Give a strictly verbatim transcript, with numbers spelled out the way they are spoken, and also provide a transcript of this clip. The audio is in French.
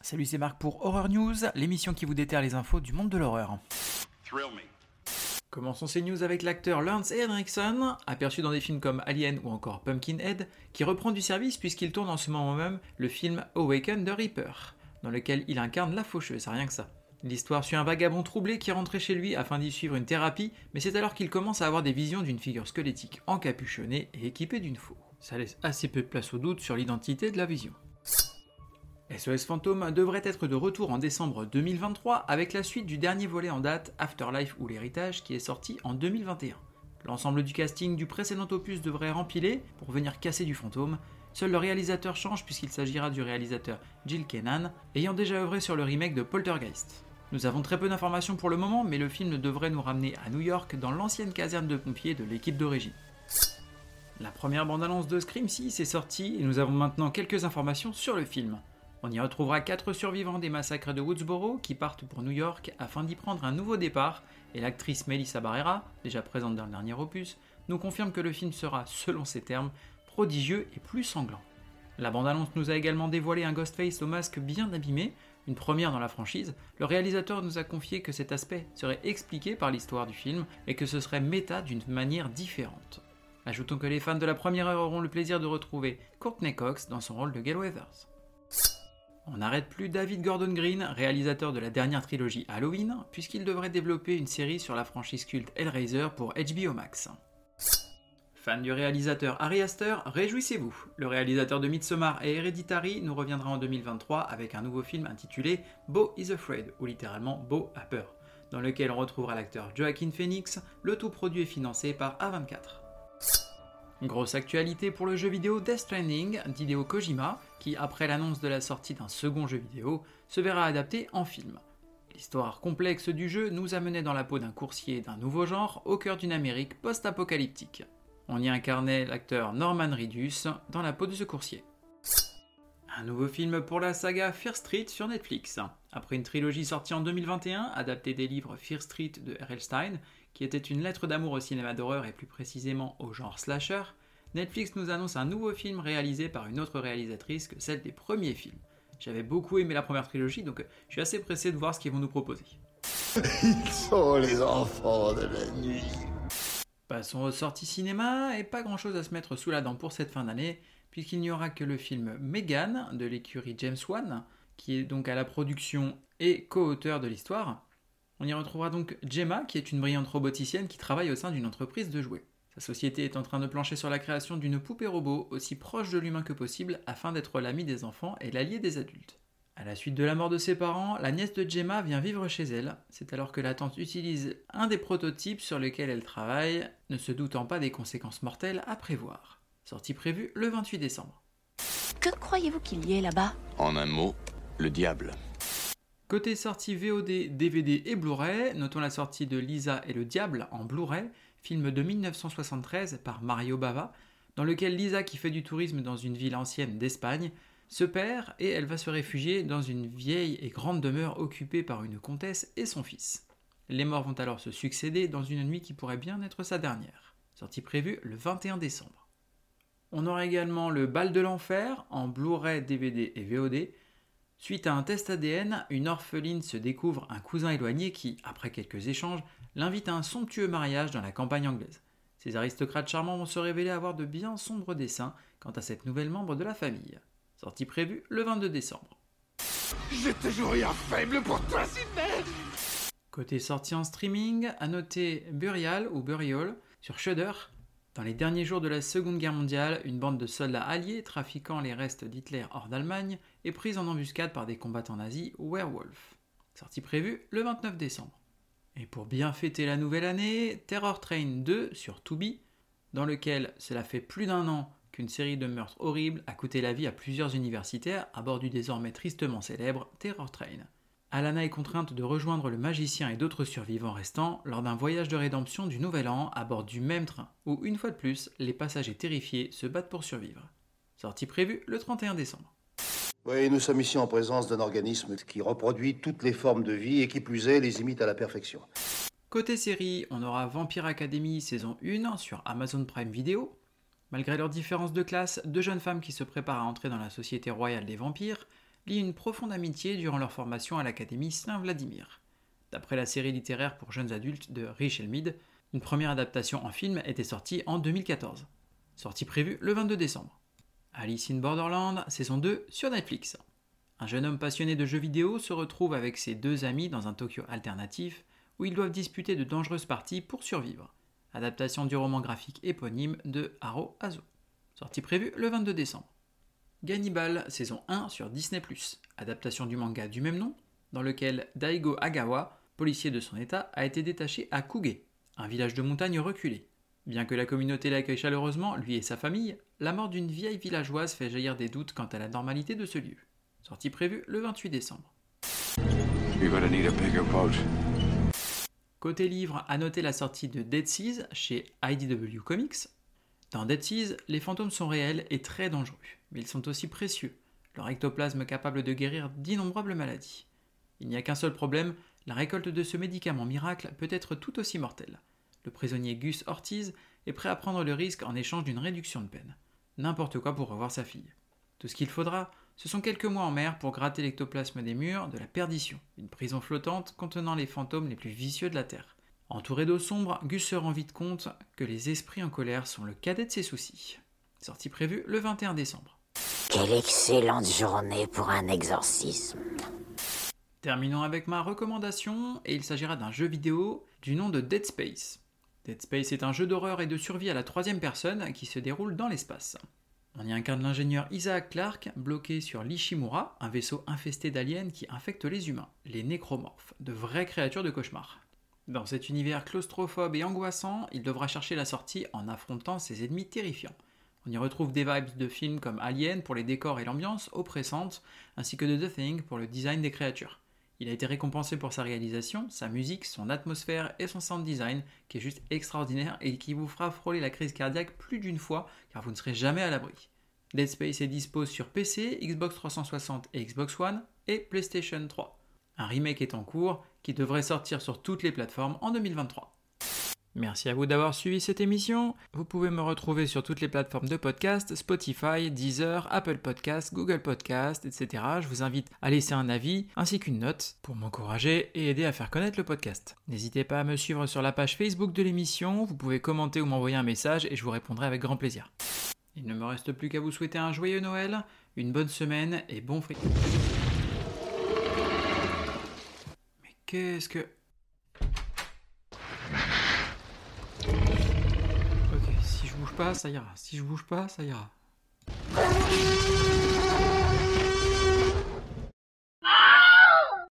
Salut, c'est Marc pour Horror News, l'émission qui vous déterre les infos du monde de l'horreur. Commençons ces news avec l'acteur Lance Henriksen, aperçu dans des films comme Alien ou encore Pumpkinhead, qui reprend du service puisqu'il tourne en ce moment même le film Awaken the Reaper, dans lequel il incarne la faucheuse, rien que ça. L'histoire suit un vagabond troublé qui est rentré chez lui afin d'y suivre une thérapie, mais c'est alors qu'il commence à avoir des visions d'une figure squelettique encapuchonnée et équipée d'une faux. Ça laisse assez peu de place au doute sur l'identité de la vision. S O S Fantôme devrait être de retour en décembre deux mille vingt-trois avec la suite du dernier volet en date, Afterlife ou l'héritage, qui est sorti en deux mille vingt et un. L'ensemble du casting du précédent opus devrait rempiler pour venir casser du fantôme. Seul le réalisateur change puisqu'il s'agira du réalisateur Jill Kennan, ayant déjà œuvré sur le remake de Poltergeist. Nous avons très peu d'informations pour le moment, mais le film devrait nous ramener à New York dans l'ancienne caserne de pompiers de l'équipe d'origine. La première bande-annonce de Scream six est sortie et nous avons maintenant quelques informations sur le film. On y retrouvera quatre survivants des massacres de Woodsboro qui partent pour New York afin d'y prendre un nouveau départ, et l'actrice Melissa Barrera, déjà présente dans le dernier opus, nous confirme que le film sera, selon ses termes, prodigieux et plus sanglant. La bande-annonce nous a également dévoilé un Ghostface au masque bien abîmé, une première dans la franchise. Le réalisateur nous a confié que cet aspect serait expliqué par l'histoire du film et que ce serait méta d'une manière différente. Ajoutons que les fans de la première heure auront le plaisir de retrouver Courtney Cox dans son rôle de Gale Weathers. On n'arrête plus David Gordon Green, réalisateur de la dernière trilogie Halloween, puisqu'il devrait développer une série sur la franchise culte Hellraiser pour H B O Max. Fan du réalisateur Ari Aster, réjouissez-vous. Le réalisateur de Midsommar et Hereditary nous reviendra en deux mille vingt-trois avec un nouveau film intitulé Beau is Afraid, ou littéralement Beau a peur, dans lequel on retrouvera l'acteur Joaquin Phoenix, le tout produit et financé par A vingt-quatre. Grosse actualité pour le jeu vidéo Death Stranding d'Hideo Kojima, qui, après l'annonce de la sortie d'un second jeu vidéo, se verra adapté en film. L'histoire complexe du jeu nous amenait dans la peau d'un coursier d'un nouveau genre au cœur d'une Amérique post-apocalyptique. On y incarnait l'acteur Norman Reedus dans la peau de ce coursier. Un nouveau film pour la saga Fear Street sur Netflix. Après une trilogie sortie en deux mille vingt et un, adaptée des livres Fear Street de R L Stein, qui était une lettre d'amour au cinéma d'horreur et plus précisément au genre slasher, Netflix nous annonce un nouveau film réalisé par une autre réalisatrice que celle des premiers films. J'avais beaucoup aimé la première trilogie, donc je suis assez pressé de voir ce qu'ils vont nous proposer. Ils sont les enfants de la nuit. Passons aux sorties cinéma, et pas grand chose à se mettre sous la dent pour cette fin d'année, puisqu'il n'y aura que le film Megan de l'écurie James Wan, qui est donc à la production et co-auteur de l'histoire. On y retrouvera donc Gemma, qui est une brillante roboticienne qui travaille au sein d'une entreprise de jouets. Sa société est en train de plancher sur la création d'une poupée robot aussi proche de l'humain que possible afin d'être l'ami des enfants et l'allié des adultes. À la suite de la mort de ses parents, la nièce de Gemma vient vivre chez elle. C'est alors que la tante utilise un des prototypes sur lesquels elle travaille, ne se doutant pas des conséquences mortelles à prévoir. Sortie prévue le vingt-huit décembre. Que croyez-vous qu'il y ait là-bas ? En un mot, le diable. Côté sortie V O D, D V D et Blu-ray, notons la sortie de Lisa et le Diable en Blu-ray, film de dix-neuf cent soixante-treize par Mario Bava, dans lequel Lisa, qui fait du tourisme dans une ville ancienne d'Espagne, se perd et elle va se réfugier dans une vieille et grande demeure occupée par une comtesse et son fils. Les morts vont alors se succéder dans une nuit qui pourrait bien être sa dernière. Sortie prévue le vingt et un décembre. On aura également le Bal de l'enfer en Blu-ray, D V D et V O D. Suite à un test A D N, une orpheline se découvre un cousin éloigné qui, après quelques échanges, l'invite à un somptueux mariage dans la campagne anglaise. Ces aristocrates charmants vont se révéler avoir de bien sombres desseins quant à cette nouvelle membre de la famille. Sortie prévue le vingt-deux décembre. J'ai toujours eu un faible pour toi, Sidney. Côté sortie en streaming, à noter Burial ou Burial sur Shudder. Dans les derniers jours de la Seconde Guerre mondiale, une bande de soldats alliés trafiquant les restes d'Hitler hors d'Allemagne est prise en embuscade par des combattants nazis Werewolf. Sortie prévue le vingt-neuf décembre. Et pour bien fêter la nouvelle année, Terror Train deux sur Tubi, dans lequel cela fait plus d'un an qu'une série de meurtres horribles a coûté la vie à plusieurs universitaires à bord du désormais tristement célèbre Terror Train. Alana est contrainte de rejoindre le magicien et d'autres survivants restants lors d'un voyage de rédemption du Nouvel An à bord du même train, où une fois de plus, les passagers terrifiés se battent pour survivre. Sortie prévue le trente et un décembre. Oui, nous sommes ici en présence d'un organisme qui reproduit toutes les formes de vie et qui plus est, les imite à la perfection. Côté série, on aura Vampire Academy saison un sur Amazon Prime Video. Malgré leurs différences de classe, deux jeunes femmes qui se préparent à entrer dans la société royale des vampires, lient une profonde amitié durant leur formation à l'Académie Saint-Vladimir. D'après la série littéraire pour jeunes adultes de Richel Mead, une première adaptation en film était sortie en deux mille quatorze. Sortie prévue le vingt-deux décembre. Alice in Borderland, saison deux sur Netflix. Un jeune homme passionné de jeux vidéo se retrouve avec ses deux amis dans un Tokyo alternatif où ils doivent disputer de dangereuses parties pour survivre. Adaptation du roman graphique éponyme de Haro Azo. Sortie prévue le vingt-deux décembre. Gannibal, saison un sur Disney plus. Adaptation du manga du même nom, dans lequel Daigo Agawa, policier de son état, a été détaché à Kuge, un village de montagne reculé. Bien que la communauté l'accueille chaleureusement, lui et sa famille, la mort d'une vieille villageoise fait jaillir des doutes quant à la normalité de ce lieu. Sortie prévue le vingt-huit décembre. You're gonna need a bigger boat. Côté livre, à noter la sortie de Dead Seas chez I D W Comics. Dans Dead Seas, les fantômes sont réels et très dangereux, mais ils sont aussi précieux, leur ectoplasme capable de guérir d'innombrables maladies. Il n'y a qu'un seul problème, la récolte de ce médicament miracle peut être tout aussi mortelle. Le prisonnier Gus Ortiz est prêt à prendre le risque en échange d'une réduction de peine. N'importe quoi pour revoir sa fille. Tout ce qu'il faudra, ce sont quelques mois en mer pour gratter l'ectoplasme des murs de la perdition, une prison flottante contenant les fantômes les plus vicieux de la Terre. Entouré d'eau sombre, Gus se rend vite compte que les esprits en colère sont le cadet de ses soucis. Sortie prévue le vingt et un décembre. Quelle excellente journée pour un exorcisme. Terminons avec ma recommandation, et il s'agira d'un jeu vidéo du nom de Dead Space. Dead Space est un jeu d'horreur et de survie à la troisième personne qui se déroule dans l'espace. On y incarne l'ingénieur Isaac Clarke, bloqué sur l'Ishimura, un vaisseau infesté d'aliens qui infectent les humains, les nécromorphes, de vraies créatures de cauchemar. Dans cet univers claustrophobe et angoissant, il devra chercher la sortie en affrontant ses ennemis terrifiants. On y retrouve des vibes de films comme Alien pour les décors et l'ambiance oppressante, ainsi que de The Thing pour le design des créatures. Il a été récompensé pour sa réalisation, sa musique, son atmosphère et son sound design, qui est juste extraordinaire et qui vous fera frôler la crise cardiaque plus d'une fois, car vous ne serez jamais à l'abri. Dead Space est dispo sur P C, Xbox trois cent soixante et Xbox One, et PlayStation trois. Un remake est en cours, qui devrait sortir sur toutes les plateformes en deux mille vingt-trois. Merci à vous d'avoir suivi cette émission. Vous pouvez me retrouver sur toutes les plateformes de podcast, Spotify, Deezer, Apple Podcasts, Google Podcasts, et cetera. Je vous invite à laisser un avis ainsi qu'une note pour m'encourager et aider à faire connaître le podcast. N'hésitez pas à me suivre sur la page Facebook de l'émission, vous pouvez commenter ou m'envoyer un message et je vous répondrai avec grand plaisir. Il ne me reste plus qu'à vous souhaiter un joyeux Noël, une bonne semaine et bon fric. Mais qu'est-ce que... Ok, si je bouge pas, ça ira. Si je bouge pas, ça ira.